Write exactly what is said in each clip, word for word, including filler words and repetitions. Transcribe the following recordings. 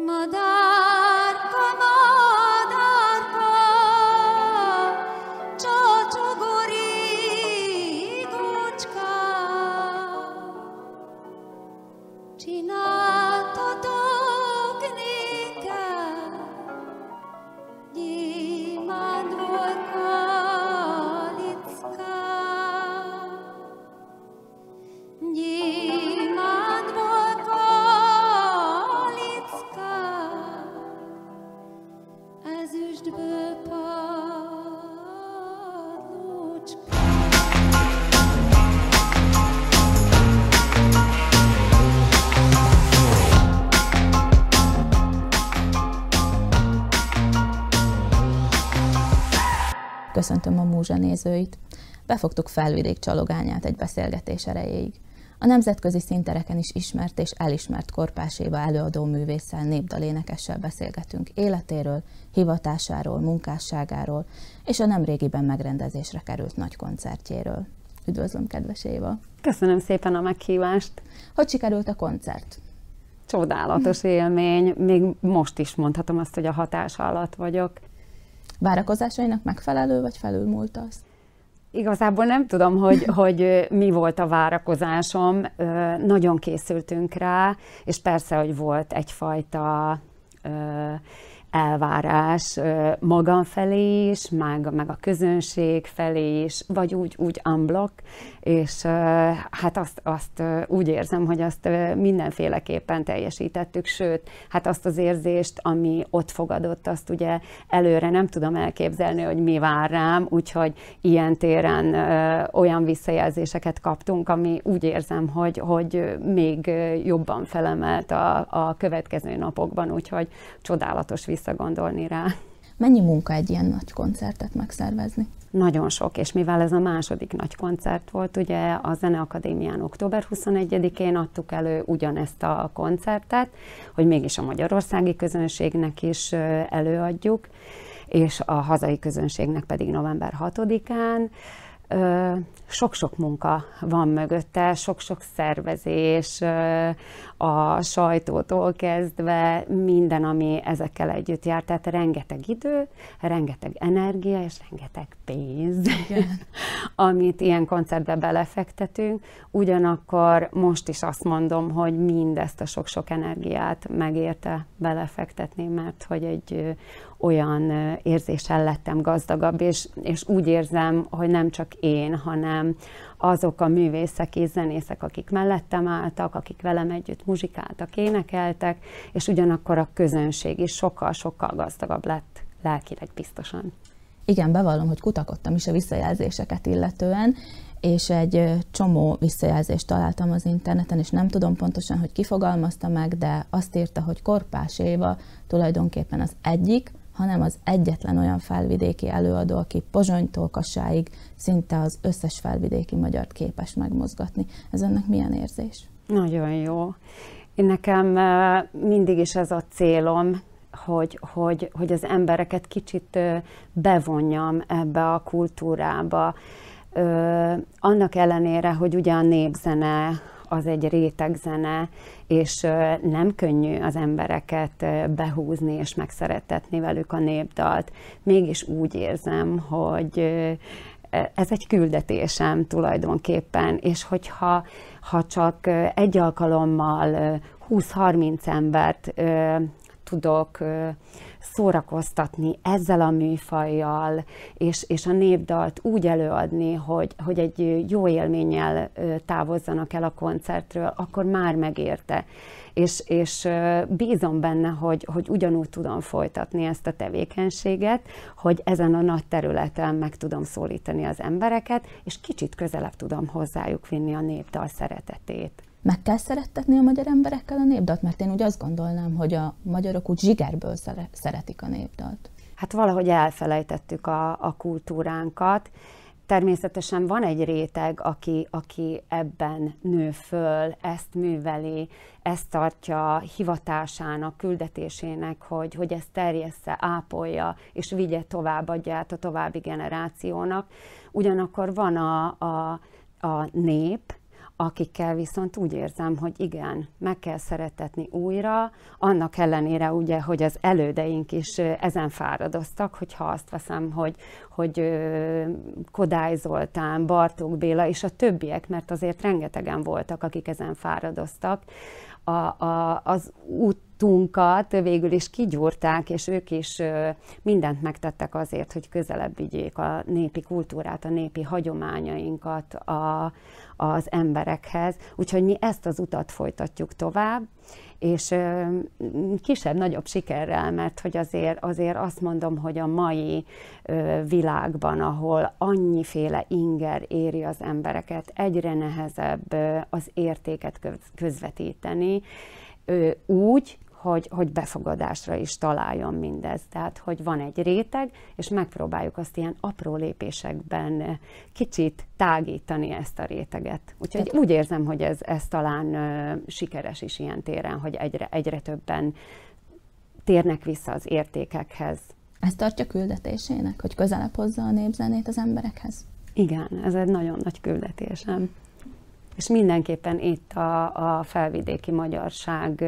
Madárka, madárka, csacsogó rigócska, csináltatok nékem gyémántból kalicka, gyémántból kalicka, ezüstből padlócska. Köszöntöm a Múzsa nézőit! Befogtuk Felvidék csalogányát egy beszélgetés erejéig. A nemzetközi színtereken is ismert és elismert Korpás Éva előadó művésszel, népdalénekessel beszélgetünk életéről, hivatásáról, munkásságáról és a nemrégiben megrendezésre került nagy koncertjéről. Üdvözlöm, kedves Éva! Köszönöm szépen a meghívást! Hogy sikerült a koncert? Csodálatos élmény, még most is mondhatom azt, hogy a hatás alatt vagyok. Várakozásainak megfelelő, vagy felülmúlt az? Igazából nem tudom, hogy, hogy mi volt a várakozásom. Nagyon készültünk rá, és persze, hogy volt egyfajta elvárás magam felé is, meg, meg a közönség felé is, vagy úgy, úgy unblock, és hát azt, azt úgy érzem, hogy azt mindenféleképpen teljesítettük, sőt, hát azt az érzést, ami ott fogadott, azt ugye előre nem tudom elképzelni, hogy mi vár rám, úgyhogy ilyen téren olyan visszajelzéseket kaptunk, ami úgy érzem, hogy, hogy még jobban felemelt a, a következő napokban, úgyhogy csodálatos visszagondolni rá. Mennyi munka egy ilyen nagy koncertet megszervezni? Nagyon sok, és mivel ez a második nagy koncert volt, ugye a Zeneakadémián október huszonegyedikén adtuk elő ugyanezt a koncertet, hogy mégis a magyarországi közönségnek is előadjuk, és a hazai közönségnek pedig november hatodikán. Sok-sok munka van mögötte, sok-sok szervezés, a sajtótól kezdve minden, ami ezekkel együtt jár. Tehát rengeteg idő, rengeteg energia és rengeteg pénz, amit ilyen koncertbe belefektetünk. Ugyanakkor most is azt mondom, hogy mindezt a sok-sok energiát megérte belefektetni, mert hogy egy olyan érzéssel lettem gazdagabb, és, és úgy érzem, hogy nem csak én, hanem azok a művészek és zenészek, akik mellettem álltak, akik velem együtt muzsikáltak, énekeltek, és ugyanakkor a közönség is sokkal-sokkal gazdagabb lett lelkileg biztosan. Igen, bevallom, hogy kutakodtam is a visszajelzéseket illetően, és egy csomó visszajelzést találtam az interneten, és nem tudom pontosan, hogy ki fogalmazta meg, de azt írta, hogy Korpás Éva tulajdonképpen az egyik, hanem az egyetlen olyan felvidéki előadó, aki Pozsonytól Kassáig szinte az összes felvidéki magyart képes megmozgatni. Ez ennek milyen érzés? Nagyon jó. Én nekem mindig is ez a célom, hogy, hogy, hogy az embereket kicsit bevonjam ebbe a kultúrába. Annak ellenére, hogy ugye a népzene az egy rétegzene, és nem könnyű az embereket behúzni és megszerettetni velük a népdalt. Mégis úgy érzem, hogy ez egy küldetésem tulajdonképpen, és hogyha ha csak egy alkalommal húsz-harminc embert tudok szórakoztatni ezzel a műfajjal, és, és a népdalt úgy előadni, hogy, hogy egy jó élménnyel távozzanak el a koncertről, akkor már megérte. És, és bízom benne, hogy, hogy ugyanúgy tudom folytatni ezt a tevékenységet, hogy ezen a nagy területen meg tudom szólítani az embereket, és kicsit közelebb tudom hozzájuk vinni a népdal szeretetét. Meg kell szerettetni a magyar emberekkel a népdalt? Mert én úgy azt gondolnám, hogy a magyarok úgy zsigerből szeretik a népdalt. Hát valahogy elfelejtettük a, a kultúránkat. Természetesen van egy réteg, aki, aki ebben nő föl, ezt műveli, ezt tartja hivatásának, küldetésének, hogy, hogy ezt terjessze, ápolja, és vigye tovább, adja át a további generációnak. Ugyanakkor van a, a, a nép, akikkel viszont úgy érzem, hogy igen, meg kell szeretetni újra, annak ellenére ugye, hogy az elődeink is ezen fáradoztak, hogyha azt veszem, hogy, hogy Kodály Zoltán, Bartók Béla és a többiek, mert azért rengetegen voltak, akik ezen fáradoztak, a, a, az útunkat végül is kigyúrták, és ők is mindent megtettek azért, hogy közelebb vigyék a népi kultúrát, a népi hagyományainkat a, az emberekhez. Úgyhogy mi ezt az utat folytatjuk tovább, és kisebb-nagyobb sikerrel, mert hogy azért, azért azt mondom, hogy a mai világban, ahol annyiféle inger éri az embereket, egyre nehezebb az értéket közvetíteni úgy, hogy, hogy befogadásra is találjon mindez. Tehát, hogy van egy réteg, és megpróbáljuk azt ilyen apró lépésekben kicsit tágítani ezt a réteget. Úgyhogy Tehát... úgy érzem, hogy ez, ez talán uh, sikeres is ilyen téren, hogy egyre, egyre többen térnek vissza az értékekhez. Ez tartja küldetésének, hogy közelebb hozza a népzenét az emberekhez? Igen, ez egy nagyon nagy küldetésem. És mindenképpen itt a, a felvidéki magyarság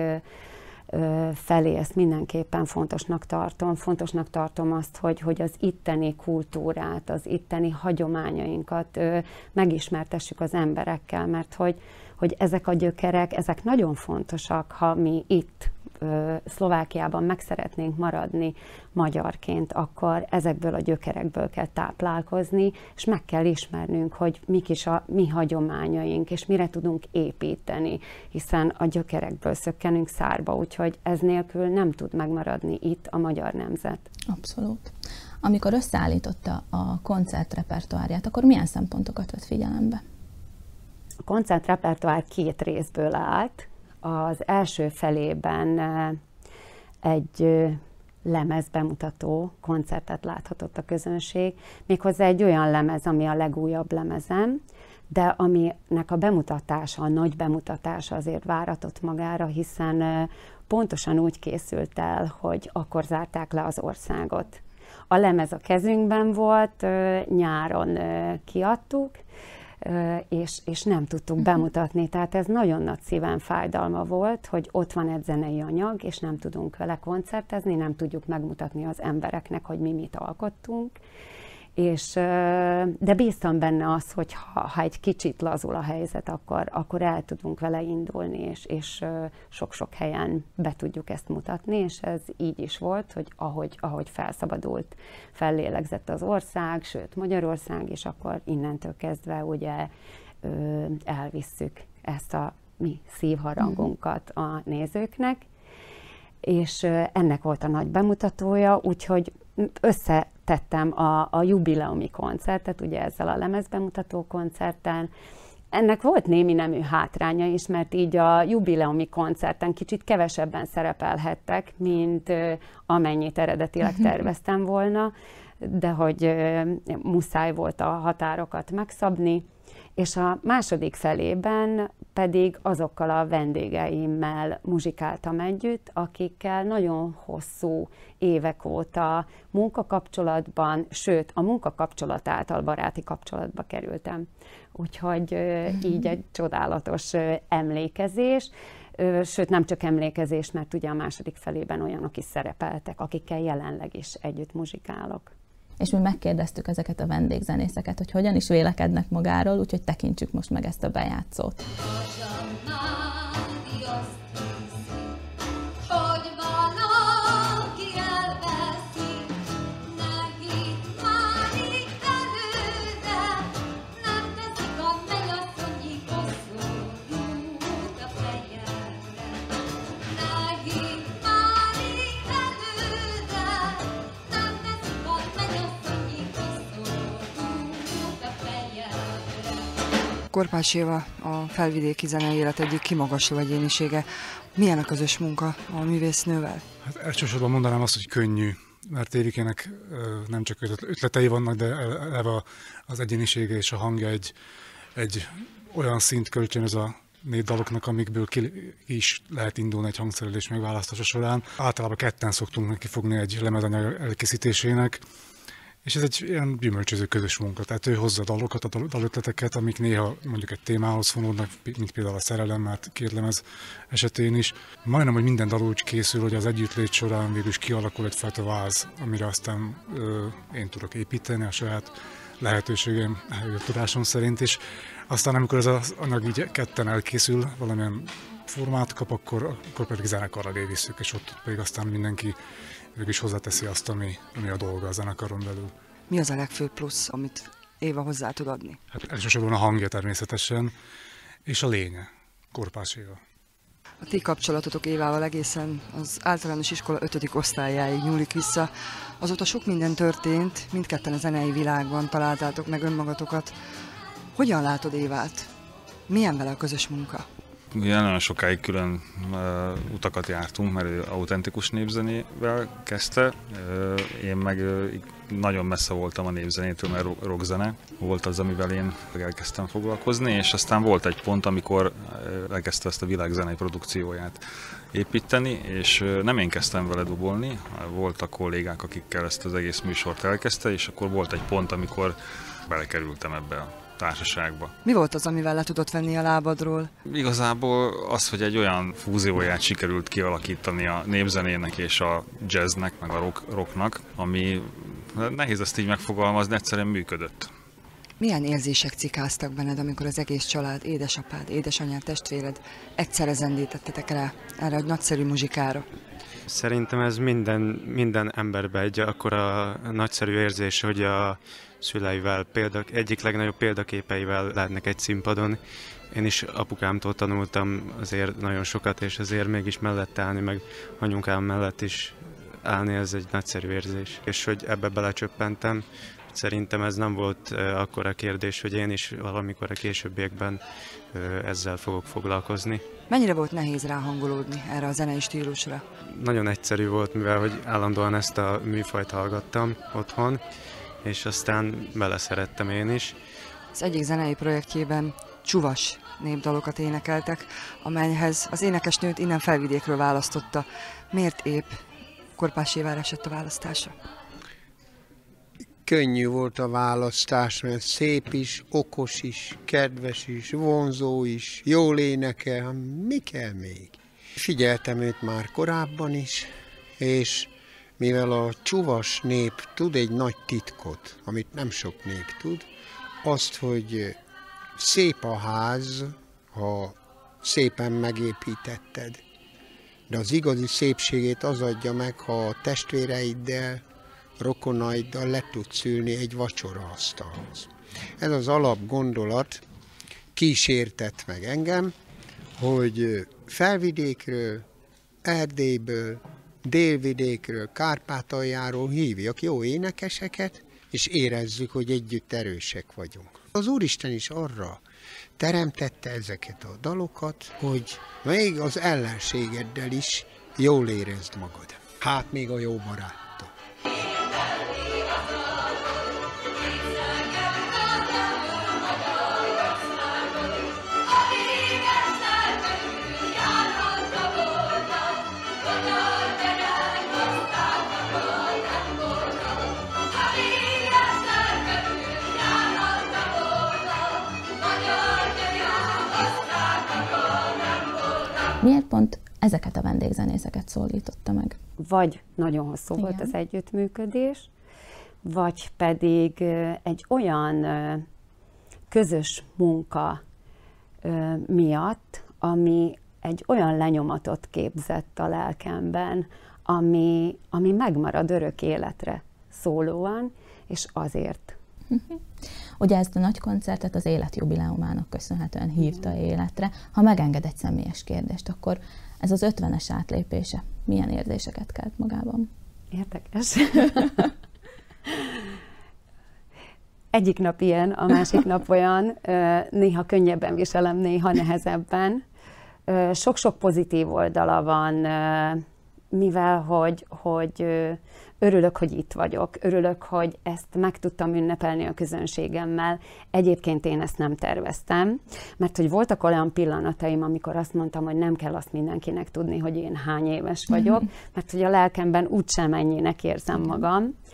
felé ezt mindenképpen fontosnak tartom. Fontosnak tartom azt, hogy, hogy az itteni kultúrát, az itteni hagyományainkat megismertessük az emberekkel, mert hogy, hogy ezek a gyökerek, ezek nagyon fontosak, ha mi itt Szlovákiában meg szeretnénk maradni magyarként, akkor ezekből a gyökerekből kell táplálkozni, és meg kell ismernünk, hogy mik is a mi hagyományaink, és mire tudunk építeni, hiszen a gyökerekből szökkenünk szárba, úgyhogy ez nélkül nem tud megmaradni itt a magyar nemzet. Abszolút. Amikor összeállította a koncertrepertoárját, akkor milyen szempontokat vett figyelembe? A koncertrepertoár két részből állt. Az első felében egy lemezbemutató koncertet láthatott a közönség, méghozzá egy olyan lemez, ami a legújabb lemezem, de aminek a bemutatása, a nagy bemutatása azért váratott magára, hiszen pontosan úgy készült el, hogy akkor zárták le az országot. A lemez a kezünkben volt, nyáron kiadtuk, És, és nem tudtuk bemutatni. Tehát ez nagyon nagy szíven fájdalma volt, hogy ott van egy zenei anyag, és nem tudunk vele koncertezni, nem tudjuk megmutatni az embereknek, hogy mi mit alkottunk. És, de bíztam benne az, hogy ha, ha egy kicsit lazul a helyzet, akkor, akkor el tudunk vele indulni, és, és sok-sok helyen be tudjuk ezt mutatni, és ez így is volt, hogy ahogy, ahogy felszabadult, fellélegzett az ország, sőt Magyarország, és akkor innentől kezdve ugye elvisszük ezt a mi szívharangunkat a nézőknek, és ennek volt a nagy bemutatója, úgyhogy összetettem a, a jubileumi koncertet, ugye ezzel a lemezbemutató koncerten. Ennek volt némi nemű hátránya is, mert így a jubileumi koncerten kicsit kevesebben szerepelhettek, mint amennyit eredetileg terveztem volna, de hogy muszáj volt a határokat megszabni. És a második felében pedig azokkal a vendégeimmel muzsikáltam együtt, akikkel nagyon hosszú évek óta munkakapcsolatban, sőt, a munkakapcsolat által baráti kapcsolatba kerültem. Úgyhogy így egy csodálatos emlékezés, sőt, nem csak emlékezés, mert ugye a második felében olyanok is szerepeltek, akikkel jelenleg is együtt muzsikálok. És mi megkérdeztük ezeket a vendégzenészeket, hogy hogyan is vélekednek magáról, úgyhogy tekintsük most meg ezt a bejátszót. Korpás Éva a felvidéki zenei élet egyik kimagasló egyénisége. Milyen a közös munka a művésznővel? Hát elsősorban mondanám azt, hogy könnyű, mert Érikének nem csak ötletei vannak, de eleve az egyénisége és a hangja egy, egy olyan szint kölcsönöz a népdaloknak, amikből ki is lehet indulni egy hangszerelés megválasztása során. Általában ketten szoktunk neki fogni egy lemezanyag elkészítésének, És ez egy ilyen gyümölcsöző közös munka, tehát ő hozza a dalokat, a dal- dalötleteket, amik néha mondjuk egy témához fonódnak, mint például a szerelem, már két lemez esetén is. Majdnem, hogy minden dal úgy készül, hogy az együttlét során végül is kialakul egyfajta váz, amire aztán ö, én tudok építeni a saját lehetőségem, tudásom szerint is. Aztán amikor ez az anyag így ketten elkészül, valamilyen formát kap, akkor, akkor pedig zenekarra visszük, és ott pedig aztán mindenki végül is hozzáteszi azt, ami, ami a dolga a zenekaron belül. Mi az a legfőbb plusz, amit Éva hozzá tud adni? Hát elsősorban a hangja természetesen, és a lénye, Korpás Éva. A ti kapcsolatotok Évával egészen az általános iskola ötödik osztályáig nyúlik vissza. Azóta sok minden történt, mindketten a zenei világban találtátok meg önmagatokat. Hogyan látod Évát? Milyen vele a közös munka? Ugye nagyon sokáig külön uh, utakat jártunk, mert ő autentikus népzenével kezdte. Uh, én meg uh, nagyon messze voltam a népzenétől, mert rockzene volt az, amivel én elkezdtem foglalkozni, és aztán volt egy pont, amikor uh, elkezdte ezt a világzenei produkcióját építeni, és uh, nem én kezdtem vele dobolni, voltak kollégák, akikkel ezt az egész műsort elkezdte, és akkor volt egy pont, amikor belekerültem ebbe a társaságba. Mi volt az, amivel le tudott venni a lábadról? Igazából az, hogy egy olyan fúzióját sikerült kialakítani a népzenének és a jazznek, meg a rock, rocknak, ami nehéz ezt így megfogalmazni, egyszerűen működött. Milyen érzések cikáztak benned, amikor az egész család, édesapád, édesanyád, testvéred egyszerre zendítettetek rá erre a nagyszerű muzsikára? Szerintem ez minden, minden emberbe egy akkora nagyszerű érzés, hogy a szüleivel, példak, egyik legnagyobb példaképeivel lehetnek egy színpadon. Én is apukámtól tanultam azért nagyon sokat, és azért mégis mellett állni, meg anyukám mellett is állni, ez egy nagyszerű érzés. És hogy ebbe belecsöppentem, szerintem ez nem volt akkora kérdés, hogy én is valamikor a későbbiekben ezzel fogok foglalkozni. Mennyire volt nehéz ráhangolódni erre a zenei stílusra? Nagyon egyszerű volt, mivel hogy állandóan ezt a műfajt hallgattam otthon, és aztán beleszerettem én is. Az egyik zenei projektjében csuvas népdalokat énekeltek, amelyhez az énekesnőt innen Felvidékről választotta. Miért épp Korpás Évára esett a választása? Könnyű volt a választás, mert szép is, okos is, kedves is, vonzó is, jól énekel, mi kell még? Figyeltem őt már korábban is, és mivel a csuvas nép tud egy nagy titkot, amit nem sok nép tud, azt, hogy szép a ház, ha szépen megépítetted, de az igazi szépségét az adja meg, ha a testvéreiddel, rokonaiddal le tudsz ülni egy vacsoraasztalhoz. Ez az alapgondolat kísértett meg engem, hogy Felvidékről, Erdélyből, Délvidékről, Kárpátaljáról hívjak jó énekeseket, és érezzük, hogy együtt erősek vagyunk. Az Úristen is arra teremtette ezeket a dalokat, hogy még az ellenségeddel is jól érezd magad. Hát még a jó baráttal. Miért pont ezeket a vendégzenészeket szólította meg? Vagy nagyon hosszú Igen. volt az együttműködés, vagy pedig egy olyan közös munka miatt, ami egy olyan lenyomatot képzett a lelkemben, ami, ami megmarad örök életre szólóan, és azért. Ugye ezt a nagy koncertet az életjubileumának köszönhetően hívta életre. Ha megenged egy személyes kérdést, akkor ez az ötvenes átlépése milyen érzéseket kelt magában? Érdekes. Egyik nap ilyen, a másik nap olyan, néha könnyebben viselem, néha nehezebben. Sok-sok pozitív oldala van, mivel hogy, hogy örülök, hogy itt vagyok, örülök, hogy ezt meg tudtam ünnepelni a közönségemmel. Egyébként én ezt nem terveztem, mert hogy voltak olyan pillanataim, amikor azt mondtam, hogy nem kell azt mindenkinek tudni, hogy én hány éves vagyok, mert hogy a lelkemben úgysem ennyinek érzem magam.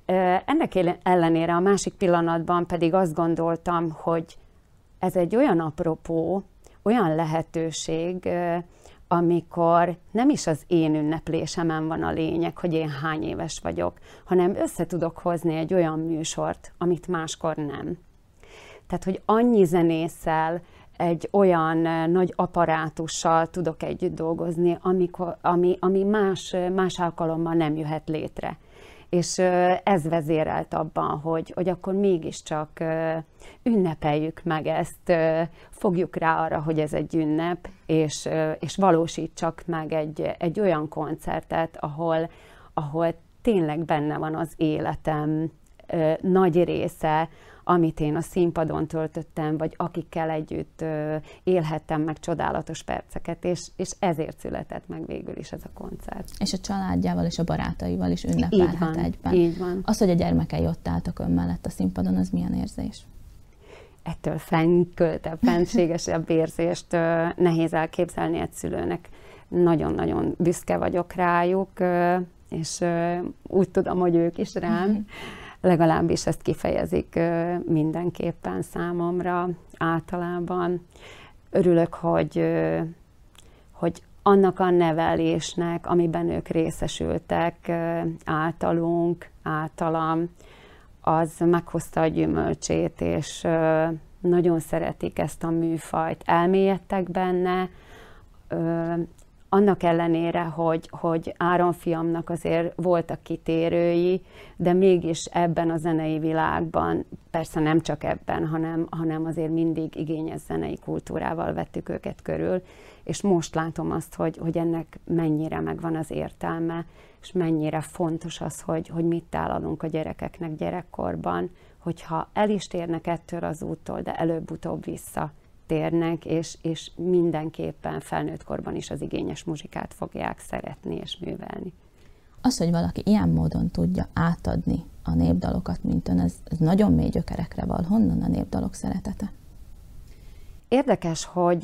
Ennek ellenére a másik pillanatban pedig azt gondoltam, hogy ez egy olyan apropó, olyan lehetőség, amikor nem is az én ünneplésemen van a lényeg, hogy én hány éves vagyok, hanem össze tudok hozni egy olyan műsort, amit máskor nem. Tehát, hogy annyi zenésszel, egy olyan nagy apparátussal tudok együtt dolgozni, amikor, ami, ami más, más alkalommal nem jöhet létre. És ez vezérelt abban, hogy, hogy akkor mégiscsak ünnepeljük meg ezt, fogjuk rá arra, hogy ez egy ünnep, és, és valósítsak meg egy, egy olyan koncertet, ahol, ahol tényleg benne van az életem nagy része, amit én a színpadon töltöttem, vagy akikkel együtt élhettem meg csodálatos perceket, és, és ezért született meg végül is ez a koncert. És a családjával és a barátaival is ünnepelhet így van, egyben. Így van. Az, hogy a gyermekei ott álltak ön mellett a színpadon, az milyen érzés? Ettől fennköltebb, fenségesebb érzést nehéz elképzelni egy szülőnek. Nagyon-nagyon büszke vagyok rájuk, és úgy tudom, hogy ők is rám. Legalábbis ezt kifejezik mindenképpen számomra általában. Örülök, hogy, hogy annak a nevelésnek, amiben ők részesültek általunk, általam, az meghozta a gyümölcsét, és nagyon szeretik ezt a műfajt. Elmélyedtek benne, annak ellenére, hogy, hogy Áron fiamnak azért voltak kitérői, de mégis ebben a zenei világban, persze nem csak ebben, hanem, hanem azért mindig igényes zenei kultúrával vettük őket körül, és most látom azt, hogy, hogy ennek mennyire megvan az értelme, és mennyire fontos az, hogy, hogy mit tálalunk a gyerekeknek gyerekkorban, hogyha el is térnek ettől az úttól, de előbb-utóbb vissza térnek, és, és mindenképpen felnőtt korban is az igényes muzsikát fogják szeretni és művelni. Az, hogy valaki ilyen módon tudja átadni a népdalokat, mint ön, ez, ez nagyon mély gyökerekre val. Honnan a népdalok szeretete? Érdekes, hogy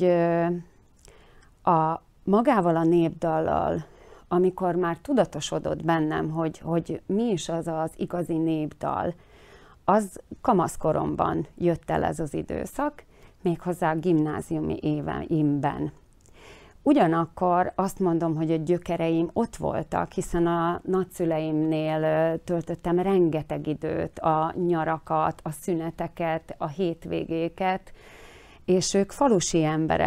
a, magával a népdallal, amikor már tudatosodott bennem, hogy, hogy mi is az az igazi népdal, az kamaszkoromban jött el ez az időszak, méghozzá a gimnáziumi éveimben. Ugyanakkor azt mondom, hogy a gyökereim ott voltak, hiszen a nagyszüleimnél töltöttem rengeteg időt, a nyarakat, a szüneteket, a hétvégéket, és ők falusi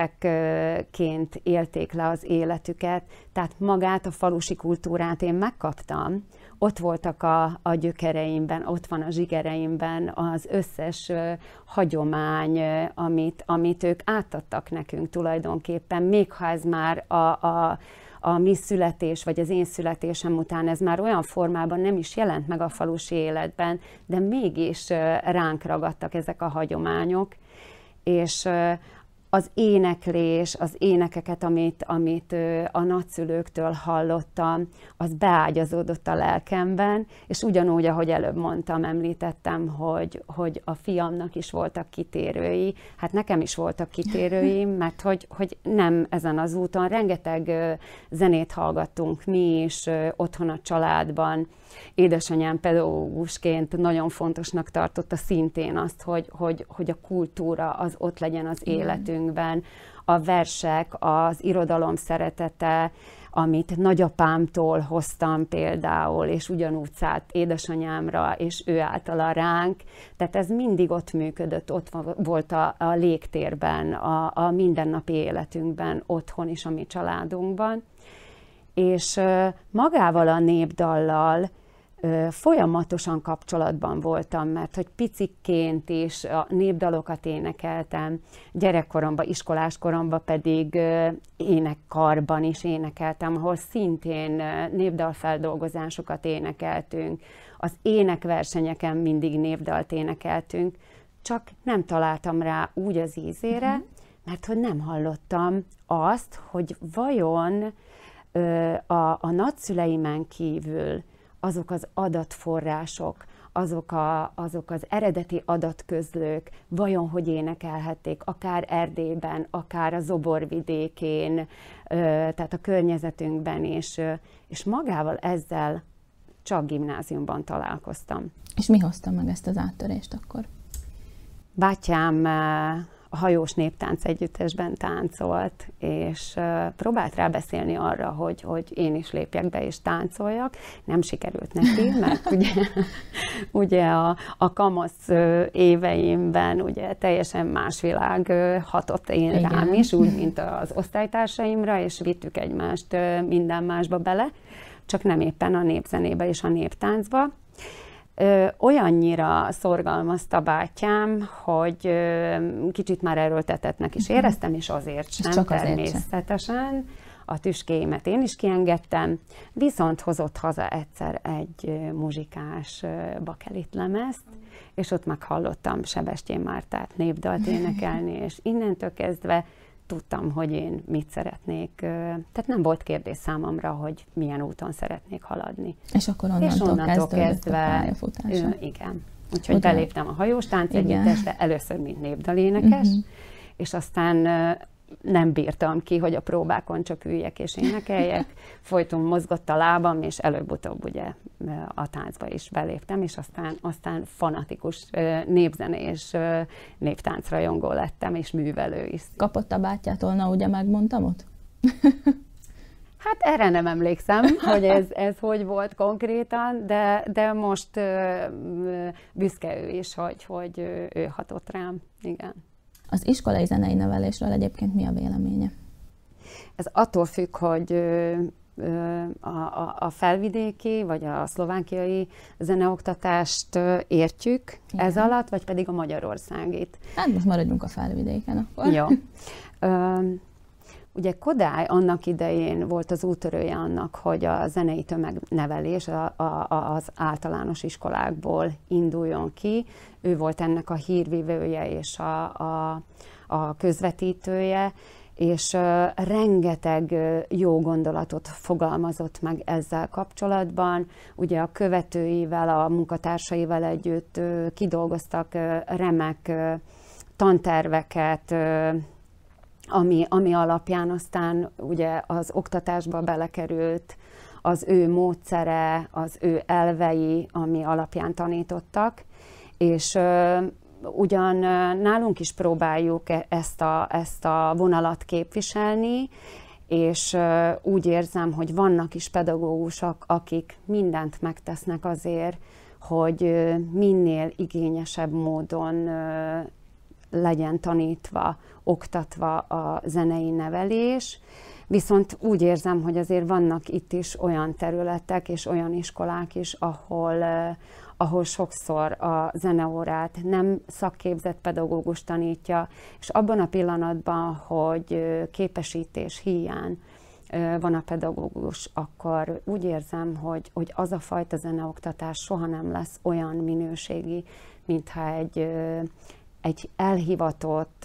emberekként élték le az életüket, tehát magát a falusi kultúrát én megkaptam. Ott voltak a, a gyökereimben, ott van a zsigereimben az összes uh, hagyomány, uh, amit, amit ők átadtak nekünk tulajdonképpen, még ha ez már a, a, a mi születés, vagy az én születésem után ez már olyan formában nem is jelent meg a falusi életben, de mégis uh, ránk ragadtak ezek a hagyományok, és uh, az éneklés, az énekeket, amit, amit a nagyszülőktől hallottam, az beágyazódott a lelkemben, és ugyanúgy, ahogy előbb mondtam, említettem, hogy, hogy a fiamnak is voltak kitérői, hát nekem is voltak kitérőim, mert hogy, hogy nem ezen az úton, rengeteg zenét hallgattunk mi is otthon a családban. Édesanyám pedagógusként nagyon fontosnak tartotta szintén azt, hogy, hogy, hogy a kultúra az ott legyen az életünkben. A versek, az irodalom szeretete, amit nagyapámtól hoztam például, és ugyanúgy szállt édesanyámra, és ő általa ránk. Tehát ez mindig ott működött, ott volt a, a légtérben, a, a mindennapi életünkben, otthon is, a mi családunkban. És magával a népdallal folyamatosan kapcsolatban voltam, mert hogy picikként is a népdalokat énekeltem, gyerekkoromban, iskoláskoromban pedig énekkarban is énekeltem, ahol szintén népdalfeldolgozásokat énekeltünk. Az énekversenyeken mindig népdalt énekeltünk, csak nem találtam rá úgy az ízére, uh-huh. mert hogy nem hallottam azt, hogy vajon a, a nagyszüleimen kívül azok az adatforrások, azok, a, azok az eredeti adatközlők vajon hogy énekelhették, akár Erdélyben, akár a Zoborvidékén, tehát a környezetünkben is, és magával ezzel csak gimnáziumban találkoztam. És mi hozta meg ezt az áttörést akkor? Bátyám a hajós néptánc együttesben táncolt, és próbált rábeszélni arra, hogy, hogy én is lépjek be és táncoljak. Nem sikerült neki, mert ugye, ugye a, a kamasz éveimben ugye teljesen más világ hatott én Igen. rám is, úgy, mint az osztálytársaimra, és vittük egymást minden másba bele, csak nem éppen a népzenébe és a néptáncba. Ö, olyannyira szorgalmazta bátyám, hogy ö, kicsit már erőltetettnek is éreztem, és azért sem, csak azért természetesen. Sem. A tüskéimet én is kiengedtem, viszont hozott haza egyszer egy ö, muzsikás ö, bakelit lemezt, és ott meghallottam Sebestyén Mártát népdalt énekelni, és innentől kezdve tudtam, hogy én mit szeretnék. Tehát nem volt kérdés számomra, hogy milyen úton szeretnék haladni. És akkor onnantól, és onnantól kezdve, a pályafutása. Igen. Úgyhogy Ugye? beléptem a hajós tánc együttesbe, először mint népdalénekes, uh-huh. és aztán nem bírtam ki, hogy a próbákon csak üljek és énekeljek. Folyton mozgott a lábam, és előbb-utóbb ugye a táncba is beléptem, és aztán, aztán fanatikus népzenés néptáncrajongó lettem, és művelő is. Kapott a bátyától, na ugye megmondtam ott? Hát erre nem emlékszem, hogy ez, ez hogy volt konkrétan, de, de most büszke ő is, hogy, hogy ő hatott rám. Igen. Az iskolai zenei nevelésről egyébként mi a véleménye? Ez attól függ, hogy a, a, a felvidéki vagy a szlovákiai zeneoktatást értjük igen. ez alatt, vagy pedig a magyarországit. Hát most maradjunk a felvidéken akkor. Jó. Ugye Kodály annak idején volt az úttörője annak, hogy a zenei tömegnevelés a, a, az általános iskolákból induljon ki. Ő volt ennek a hírvívője és a, a, a közvetítője, és uh, rengeteg uh, jó gondolatot fogalmazott meg ezzel kapcsolatban. Ugye a követőivel, a munkatársaival együtt uh, kidolgoztak uh, remek uh, tanterveket, uh, Ami, ami alapján aztán ugye az oktatásba belekerült az ő módszere, az ő elvei, ami alapján tanítottak, és uh, ugyan uh, nálunk is próbáljuk ezt a, ezt a vonalat képviselni, és uh, úgy érzem, hogy vannak is pedagógusok, akik mindent megtesznek azért, hogy uh, minél igényesebb módon uh, legyen tanítva, oktatva a zenei nevelés, viszont úgy érzem, hogy azért vannak itt is olyan területek és olyan iskolák is, ahol, eh, ahol sokszor a zeneórát nem szakképzett pedagógus tanítja, és abban a pillanatban, hogy képesítés hiány eh, van a pedagógus, akkor úgy érzem, hogy, hogy az a fajta zeneoktatás soha nem lesz olyan minőségi, mintha egy eh, egy elhivatott,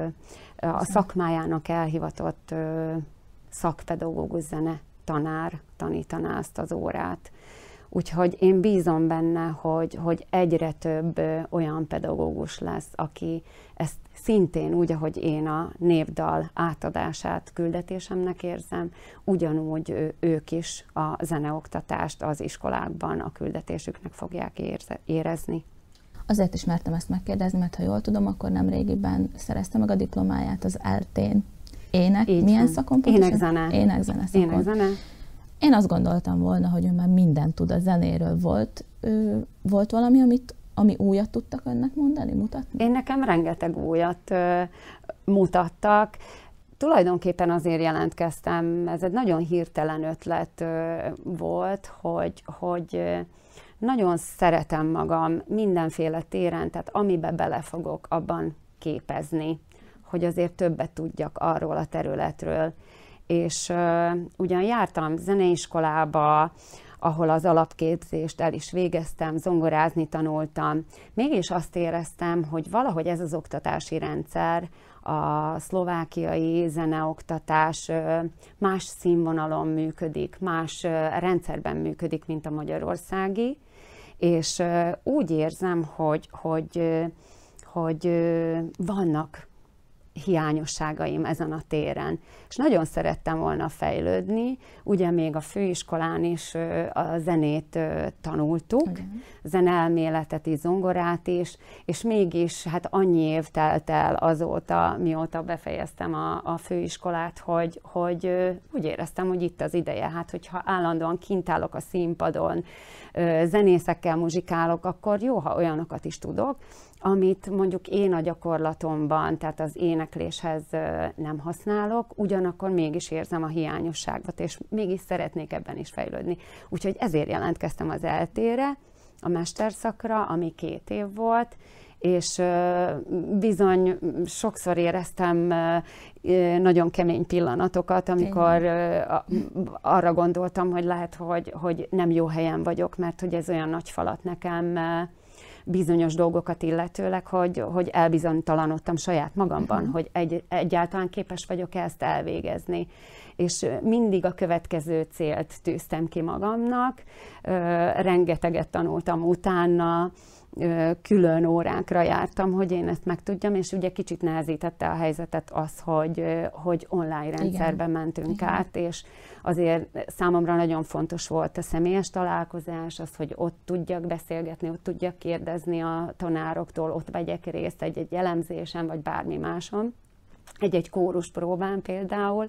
a szakmájának elhivatott szakpedagógus zene tanár tanítaná azt az órát. Úgyhogy én bízom benne, hogy, hogy egyre több olyan pedagógus lesz, aki ezt szintén úgy, ahogy én a népdal átadását küldetésemnek érzem, ugyanúgy ők is a zeneoktatást az iskolákban a küldetésüknek fogják érze, érezni. Azért is mertem ezt megkérdezni, mert ha jól tudom, akkor nem régiben szerezte meg a diplomáját az eltén. Ének, így milyen van. szakon? Énekzene. Énekzene szakon. Énekzene. Én azt gondoltam volna, hogy ő már mindent tud a zenéről. Volt, ő, volt valami, amit, ami újat tudtak önnek mondani, mutatni? Én nekem rengeteg újat ö, mutattak. Tulajdonképpen azért jelentkeztem, ez egy nagyon hirtelen ötlet ö, volt, hogy, hogy ö, nagyon szeretem magam mindenféle téren, tehát amibe belefogok, abban képezni, hogy azért többet tudjak arról a területről. És uh, ugyan jártam zeneiskolába, ahol az alapképzést el is végeztem, zongorázni tanultam, mégis azt éreztem, hogy valahogy ez az oktatási rendszer, a szlovákiai zeneoktatás uh, más színvonalon működik, más uh, rendszerben működik, mint a magyarországi, és uh, úgy érzem, hogy, hogy, uh, hogy uh, vannak hiányosságaim ezen a téren. És nagyon szerettem volna fejlődni, ugye még a főiskolán is a zenét tanultuk, okay. zeneelméletet is, zongorát is, és mégis hát annyi év telt el azóta, mióta befejeztem a, a főiskolát, hogy, hogy úgy éreztem, hogy itt az ideje. Hát, hogyha állandóan kint állok a színpadon, zenészekkel muzsikálok, akkor jó, ha olyanokat is tudok, amit mondjuk én a gyakorlatomban, tehát az énekléshez nem használok, ugyanakkor mégis érzem a hiányosságot, és mégis szeretnék ebben is fejlődni. Úgyhogy ezért jelentkeztem az é el té-re, a mesterszakra, ami két év volt, és bizony sokszor éreztem nagyon kemény pillanatokat, amikor arra gondoltam, hogy lehet, hogy, hogy nem jó helyen vagyok, mert hogy ez olyan nagy falat nekem bizonyos dolgokat illetőleg, hogy, hogy elbizonytalanodtam saját magamban, uh-huh. hogy egy, egyáltalán képes vagyok ezt elvégezni. És mindig a következő célt tűztem ki magamnak, rengeteget tanultam utána, külön órákra jártam, hogy én ezt megtudjam, és ugye kicsit nehezítette a helyzetet az, hogy, hogy online rendszerben Igen. mentünk Igen. át, és azért számomra nagyon fontos volt a személyes találkozás, az, hogy ott tudjak beszélgetni, ott tudjak kérdezni a tanároktól, ott vegyek részt egy-egy elemzésen, vagy bármi máson, egy-egy kórus próbán például,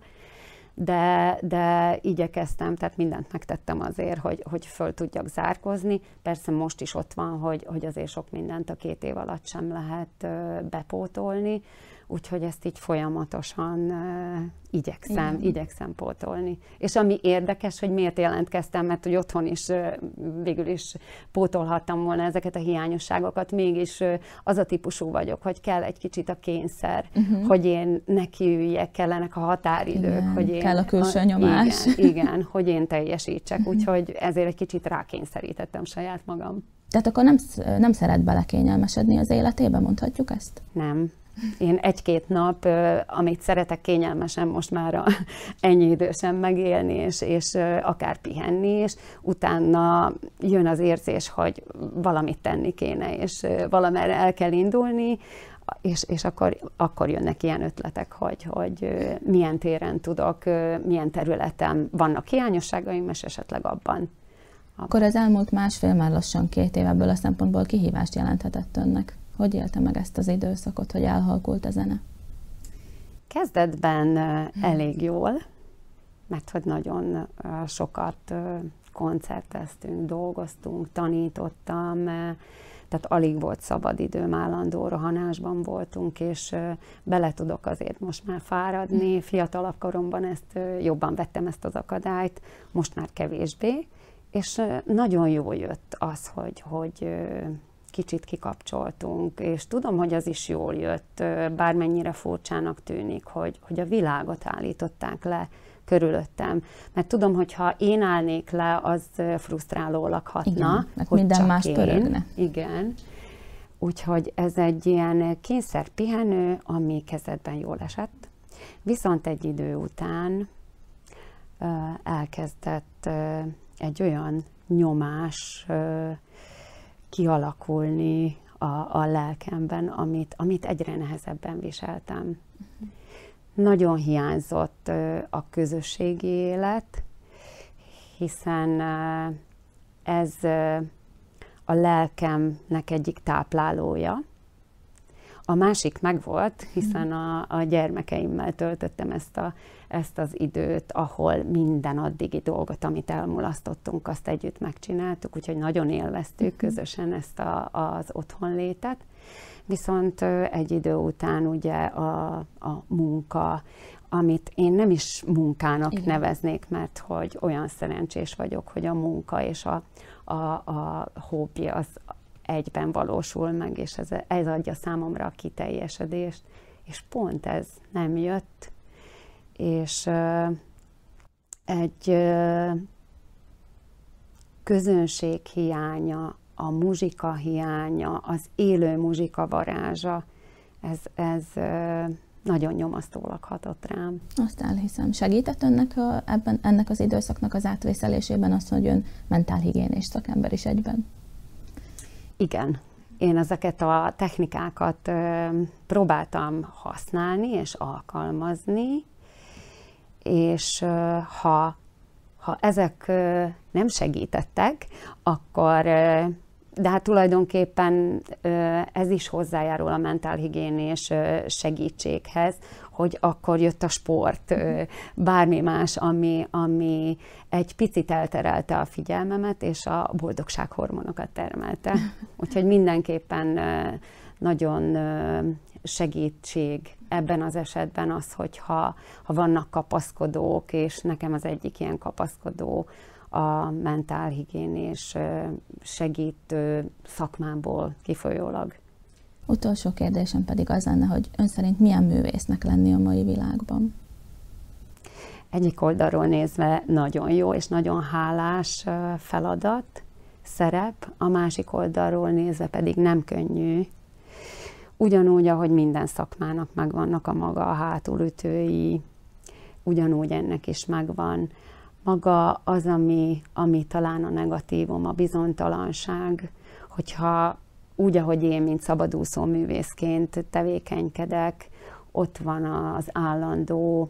De, de igyekeztem, tehát mindent megtettem azért, hogy, hogy föl tudjak zárkozni. Persze most is ott van, hogy, hogy azért sok mindent a két év alatt sem lehet bepótolni, úgyhogy ezt így folyamatosan uh, igyekszem, Igen. igyekszem pótolni. És ami érdekes, hogy miért jelentkeztem, mert hogy otthon is uh, végül is pótolhattam volna ezeket a hiányosságokat, mégis uh, az a típusú vagyok, hogy kell egy kicsit a kényszer, uh-huh. hogy én nekiüljek, kellenek a határidők, Igen, hogy én... kell a külső a, nyomás. Igen, igen, hogy én teljesítsek, uh-huh. úgyhogy ezért egy kicsit rákényszerítettem saját magam. Tehát akkor nem, nem szeret belekényelmesedni az életébe, mondhatjuk ezt? Nem. Én egy-két nap, amit szeretek kényelmesen most már ennyi idősen megélni, és, és akár pihenni, és utána jön az érzés, hogy valamit tenni kéne, és valamerre el kell indulni, és, és akkor, akkor jönnek ilyen ötletek, hogy, hogy milyen téren tudok, milyen területen vannak hiányosságaim, és esetleg abban. Akkor az elmúlt másfél, már lassan két év ebből a szempontból kihívást jelenthetett önnek. Hogy élte meg ezt az időszakot, hogy elhalkult a zene? Kezdetben elég jól, mert hogy nagyon sokat koncerteztünk, dolgoztunk, tanítottam, tehát alig volt szabadidőm, állandó rohanásban voltunk, és bele tudok azért most már fáradni. Fiatalabb koromban ezt jobban vettem ezt az akadályt, most már kevésbé, és nagyon jól jött az, hogy, hogy kicsit kikapcsoltunk, és tudom, hogy az is jól jött, bármennyire furcsának tűnik, hogy, hogy a világot állították le körülöttem. Mert tudom, hogy ha én állnék le, az frusztrálólag hatna. Igen, mert hogy minden más én. Pörögne. Igen. Úgyhogy ez egy ilyen kényszerpihenő, ami kezdetben jól esett. Viszont egy idő után uh, elkezdett uh, egy olyan nyomás uh, kialakulni a, a lelkemben, amit, amit egyre nehezebben viseltem. Uh-huh. Nagyon hiányzott uh, a közösségi élet, hiszen uh, ez uh, a lelkemnek egyik táplálója. A másik megvolt, hiszen a, a gyermekeimmel töltöttem ezt, a, ezt az időt, ahol minden addigi dolgot, amit elmulasztottunk, azt együtt megcsináltuk, úgyhogy nagyon élveztük közösen ezt a, az otthonlétet. Viszont egy idő után ugye a, a munka, amit én nem is munkának Igen. neveznék, mert hogy olyan szerencsés vagyok, hogy a munka és a, a, a hobbi az egyben valósul meg, és ez, ez adja számomra a kiteljesedést, és pont ez nem jött, és uh, egy uh, közönség hiánya, a muzsika hiánya, az élő muzsika varázsa, ez, ez uh, nagyon nyomasztólag hatott rám. Azt elhiszem. Segített önnek a, ebben, ennek az időszaknak az átvészelésében az, hogy ön mentálhigiénés szakember is egyben? Igen, én ezeket a technikákat próbáltam használni és alkalmazni, és ha, ha ezek nem segítettek, akkor, de hát tulajdonképpen ez is hozzájárul a mentálhigiénés segítséghez, hogy akkor jött a sport, bármi más, ami, ami egy picit elterelte a figyelmemet, és a boldogsághormonokat termelte. Úgyhogy mindenképpen nagyon segítség ebben az esetben az, hogyha ha vannak kapaszkodók, és nekem az egyik ilyen kapaszkodó a mentálhigiénés segítő szakmából kifolyólag. Utolsó kérdésem pedig az lenne, hogy ön szerint milyen művésznek lenni a mai világban? Egyik oldalról nézve nagyon jó és nagyon hálás feladat, szerep, a másik oldalról nézve pedig nem könnyű. Ugyanúgy, ahogy minden szakmának megvannak a maga a hátulütői, ugyanúgy ennek is megvan. Maga az, ami, ami talán a negatívum, a bizonytalanság, hogyha úgy, ahogy én, mint szabadúszó művészként tevékenykedek, ott van az állandó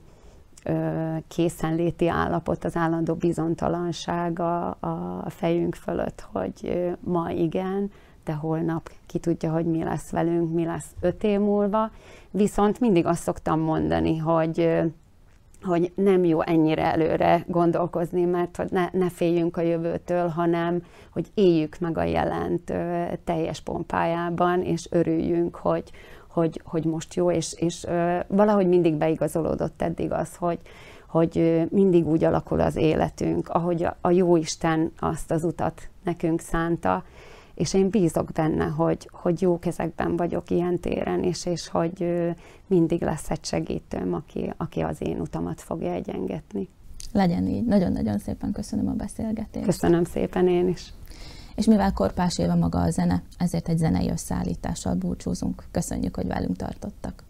ö, készenléti állapot, az állandó bizonytalanság a, a fejünk fölött, hogy ö, ma igen, de holnap ki tudja, hogy mi lesz velünk, mi lesz öt év múlva. Viszont mindig azt szoktam mondani, hogy ö, hogy nem jó ennyire előre gondolkozni, mert hogy ne, ne féljünk a jövőtől, hanem hogy éljük meg a jelent ö, teljes pompájában, és örüljünk, hogy, hogy, hogy most jó, és, és ö, valahogy mindig beigazolódott eddig az, hogy, hogy ö, mindig úgy alakul az életünk, ahogy a, a Jóisten azt az utat nekünk szánta, és én bízok benne, hogy, hogy jó kezekben vagyok ilyen téren is, és hogy mindig lesz egy segítőm, aki, aki az én utamat fogja egyengetni. Legyen így. Nagyon-nagyon szépen köszönöm a beszélgetést. Köszönöm szépen én is. És mivel Korpás Éva maga a zene, ezért egy zenei összeállítással búcsúzunk. Köszönjük, hogy velünk tartottak.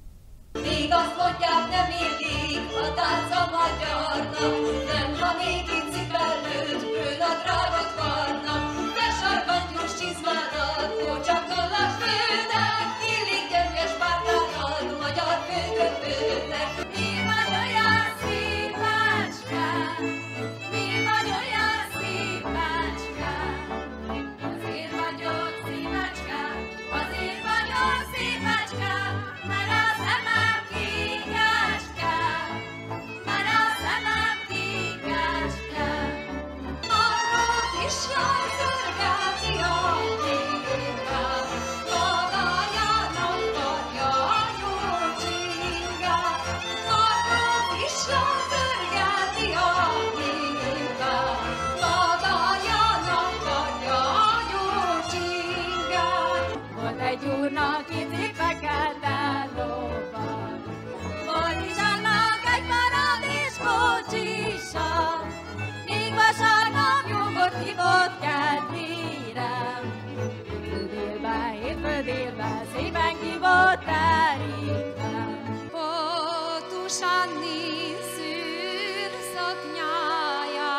Még azt mondják, nem illik a tánc a magyarnak, nem, ha még itt cipelnőt, bőnadrágot varnak, de sarkantyús csizmádat, kócsakkollas főnek, illik gyöngyös pártánad, magyar főköpőnek. Mi vagy olyan szép mácskám, mi vagy olyan szép mácskám, azért vagyok szép mácskám, azért vagyok szép mácskám, mert a szemem kékáskám, mert a szemem kékáskám. Arról is rajzörgálni a nyírgát, magájának adja a nyúlcsingát. Arról is rajzörgálni a nyírgát, magájának adja a nyúlcsingát. Volt egy úrnak itt fekete lovag, volt is annak egy paradés kocsisa, még vasárnap nyugodt hívott kedvére. Hétfődélbe, hétfődélbe, szépen ki volt terítve. Pótus Anni szőrszoknyája,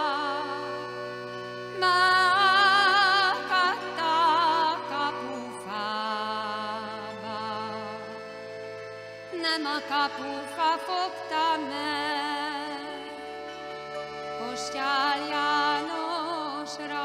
megakadt a kapufába. Nem a kapufa fogta meg, Kostyál Jánosra.